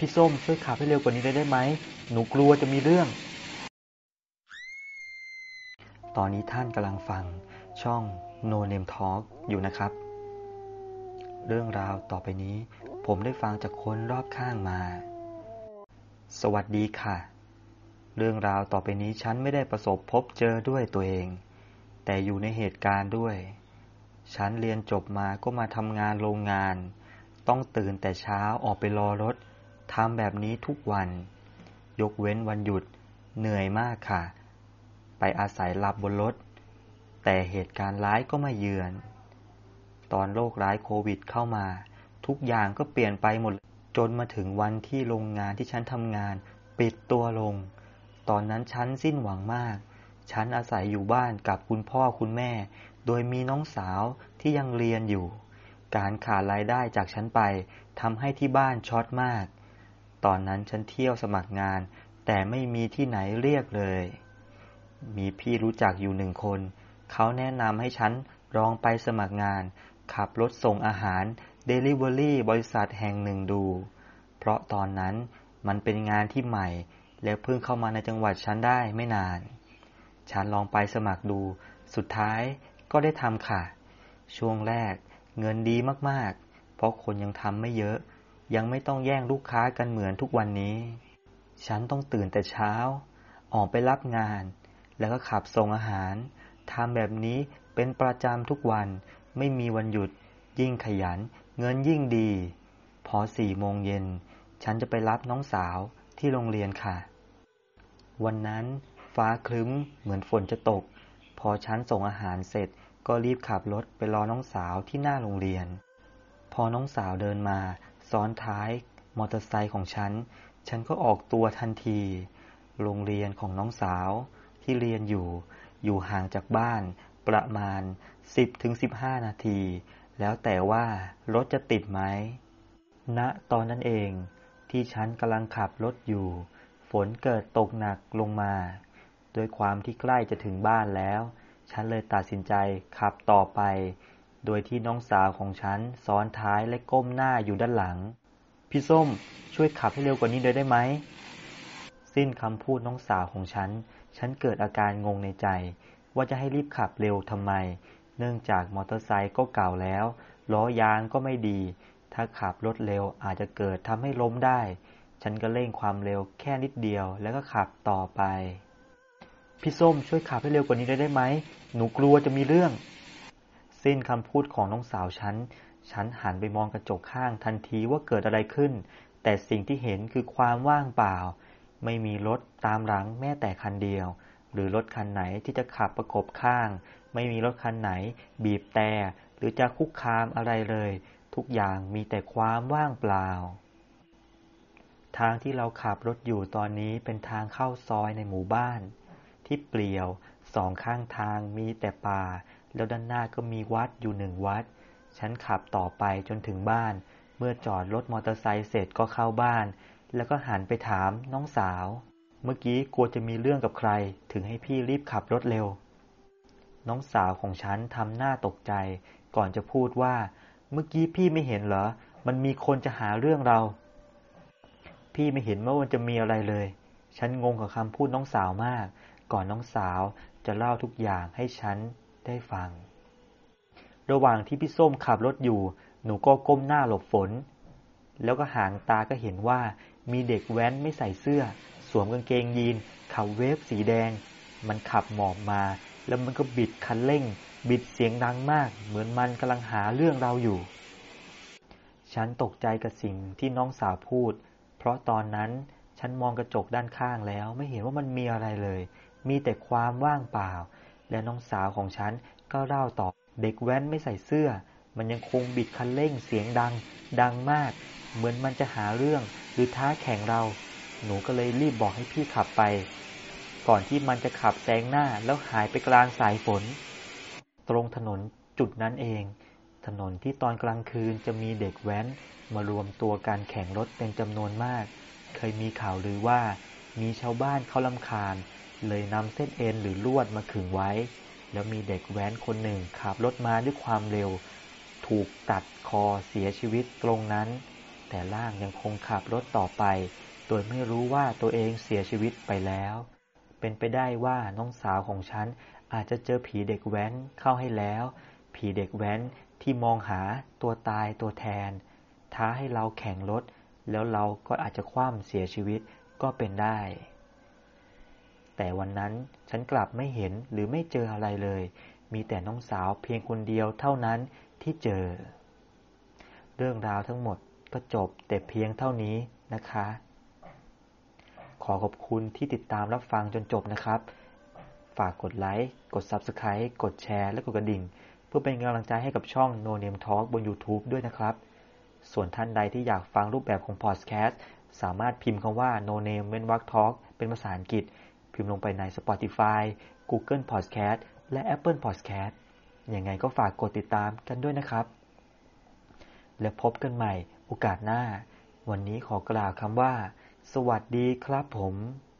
พี่ส้มช่วยขับให้เร็วกว่านี้ได้ไหมหนูกลัวจะมีเรื่องตอนนี้ท่านกำลังฟังช่อง No Name Talk อยู่นะครับเรื่องราวต่อไปนี้ผมได้ฟังจากคนรอบข้างมาสวัสดีค่ะเรื่องราวต่อไปนี้ฉันไม่ได้ประสบพบเจอด้วยตัวเองแต่อยู่ในเหตุการณ์ด้วยฉันเรียนจบมาก็มาทำงานโรงงานต้องตื่นแต่เช้าออกไปรอรถทำแบบนี้ทุกวันยกเว้นวันหยุดเหนื่อยมากค่ะไปอาศัยหลับบนรถแต่เหตุการณ์ร้ายก็มาเยือนตอนโรคร้ายโควิดเข้ามาทุกอย่างก็เปลี่ยนไปหมดจนมาถึงวันที่โรงงานที่ฉันทำงานปิดตัวลงตอนนั้นฉันสิ้นหวังมากฉันอาศัยอยู่บ้านกับคุณพ่อคุณแม่โดยมีน้องสาวที่ยังเรียนอยู่การขาดรายได้จากฉันไปทำให้ที่บ้านช็อตมากตอนนั้นฉันเที่ยวสมัครงานแต่ไม่มีที่ไหนเรียกเลยมีพี่รู้จักอยู่1 คนเขาแนะนำให้ฉันลองไปสมัครงานขับรถส่งอาหารเดลิเวอรี่บริษัทแห่งหนึ่งดูเพราะตอนนั้นมันเป็นงานที่ใหม่และเพิ่งเข้ามาในจังหวัดฉันได้ไม่นานฉันลองไปสมัครดูสุดท้ายก็ได้ทำค่ะช่วงแรกเงินดีมากๆเพราะคนยังทำไม่เยอะยังไม่ต้องแย่งลูกค้ากันเหมือนทุกวันนี้ฉันต้องตื่นแต่เช้าออกไปรับงานแล้วก็ขับส่งอาหารทำแบบนี้เป็นประจำทุกวันไม่มีวันหยุดยิ่งขยันเงินยิ่งดีพอ4 โมงเย็นฉันจะไปรับน้องสาวที่โรงเรียนค่ะวันนั้นฟ้าครึ้มเหมือนฝนจะตกพอฉันส่งอาหารเสร็จก็รีบขับรถไปรอน้องสาวที่หน้าโรงเรียนพอน้องสาวเดินมาซ้อนท้ายมอเตอร์ไซค์ของฉันก็ออกตัวทันทีโรงเรียนของน้องสาวที่เรียนอยู่ห่างจากบ้านประมาณ10-15 นาทีแล้วแต่ว่ารถจะติดไหมณตอนนั้นเองที่ฉันกำลังขับรถอยู่ฝนเกิดตกหนักลงมาด้วยความที่ใกล้จะถึงบ้านแล้วฉันเลยตัดสินใจขับต่อไปโดยที่น้องสาวของฉันซ้อนท้ายและก้มหน้าอยู่ด้านหลังพี่ส้มช่วยขับให้เร็วกว่านี้เลยได้ไหมสิ้นคำพูดน้องสาวของฉันเกิดอาการงงในใจว่าจะให้รีบขับเร็วทำไมเนื่องจากมอเตอร์ไซค์ก็เก่าแล้วล้อยางก็ไม่ดีถ้าขับรถเร็วอาจจะเกิดทำให้ล้มได้ฉันก็เร่งความเร็วแค่นิดเดียวแล้วก็ขับต่อไปพี่ส้มช่วยขับให้เร็วกว่านี้ได้ไหมหนูกลัวจะมีเรื่องสิ้นคำพูดของน้องสาวฉันหันไปมองกระจกข้างทันทีว่าเกิดอะไรขึ้นแต่สิ่งที่เห็นคือความว่างเปล่าไม่มีรถตามหลังแม้แต่คันเดียวหรือรถคันไหนที่จะขับประกบข้างไม่มีรถคันไหนบีบแตรหรือจะคุกคามอะไรเลยทุกอย่างมีแต่ความว่างเปล่าทางที่เราขับรถอยู่ตอนนี้เป็นทางเข้าซอยในหมู่บ้านที่เปลี่ยว2 ข้างทางมีแต่ป่าแล้วด้านหน้าก็มีวัดอยู่1 วัดฉันขับต่อไปจนถึงบ้านเมื่อจอดรถมอเตอร์ไซค์เสร็จก็เข้าบ้านแล้วก็หันไปถามน้องสาวเมื่อกี้กลัวจะมีเรื่องกับใครถึงให้พี่รีบขับรถเร็วน้องสาวของฉันทำหน้าตกใจก่อนจะพูดว่าเมื่อกี้พี่ไม่เห็นเหรอมันมีคนจะหาเรื่องเราพี่ไม่เห็นว่ามันจะมีอะไรเลยฉันงงกับคำพูดน้องสาวมากก่อนน้องสาวจะเล่าทุกอย่างให้ฉันได้ฟังระหว่างที่พี่ส้มขับรถอยู่หนูก็ก้มหน้าหลบฝนแล้วก็หางตาก็เห็นว่ามีเด็กแว้นไม่ใส่เสื้อสวมกางเกงยีนขับเวฟสีแดงมันขับหมอบมาแล้วมันก็บิดคันเร่งบิดเสียงดังมากเหมือนมันกำลังหาเรื่องเราอยู่ฉันตกใจกับสิ่งที่น้องสาวพูดเพราะตอนนั้นฉันมองกระจกด้านข้างแล้วไม่เห็นว่ามันมีอะไรเลยมีแต่ความว่างเปล่าและน้องสาวของฉันก็เล่าต่อเด็กแว้นไม่ใส่เสื้อมันยังคงบิดคันเร่งเสียงดังมากเหมือนมันจะหาเรื่องหรือท้าแข่งเราหนูก็เลยรีบบอกให้พี่ขับไปก่อนที่มันจะขับแซงหน้าแล้วหายไปกลางสายฝนตรงถนนจุดนั้นเองถนนที่ตอนกลางคืนจะมีเด็กแว้นมารวมตัวกันแข่งรถเป็นจำนวนมากเคยมีข่าวลือว่ามีชาวบ้านเขารำคาญเลยนำเส้นเอ็นหรือลวดมาขึงไว้แล้วมีเด็กแว้นคนหนึ่งขับรถมาด้วยความเร็วถูกตัดคอเสียชีวิตตรงนั้นแแต่ร่างยังคงขับรถต่อไปโดยไม่รู้ว่าตัวเองเสียชีวิตไปแล้วเป็นไปได้ว่าน้องสาวของฉันอาจจะเจอผีเด็กแว้นเข้าให้แล้วผีเด็กแว้นที่มองหาตัวตายตัวแทนท้าให้เราแข่งรถแล้วเราก็อาจจะคว่ำเสียชีวิตก็เป็นได้แต่วันนั้นฉันกลับไม่เห็นหรือไม่เจออะไรเลยมีแต่น้องสาวเพียงคนเดียวเท่านั้นที่เจอเรื่องราวทั้งหมดก็จบแต่เพียงเท่านี้นะคะขอขอบคุณที่ติดตามรับฟังจนจบนะครับฝากกดไลค์กด Subscribe กดแชร์และกดกระดิ่งเพื่อเป็นกำลังใจให้กับช่อง No Name Talk บน YouTube ด้วยนะครับส่วนท่านใดที่อยากฟังรูปแบบของ Podcast สามารถพิมพ์คำว่า No Name เว้นวรรค Talk เป็นภาษาอังกฤษพิมพ์ลงไปใน Spotify Google Podcast และ Apple Podcast ยังไงก็ฝากกดติดตามกันด้วยนะครับและพบกันใหม่โอกาสหน้าวันนี้ขอกล่าวคำว่าสวัสดีครับผม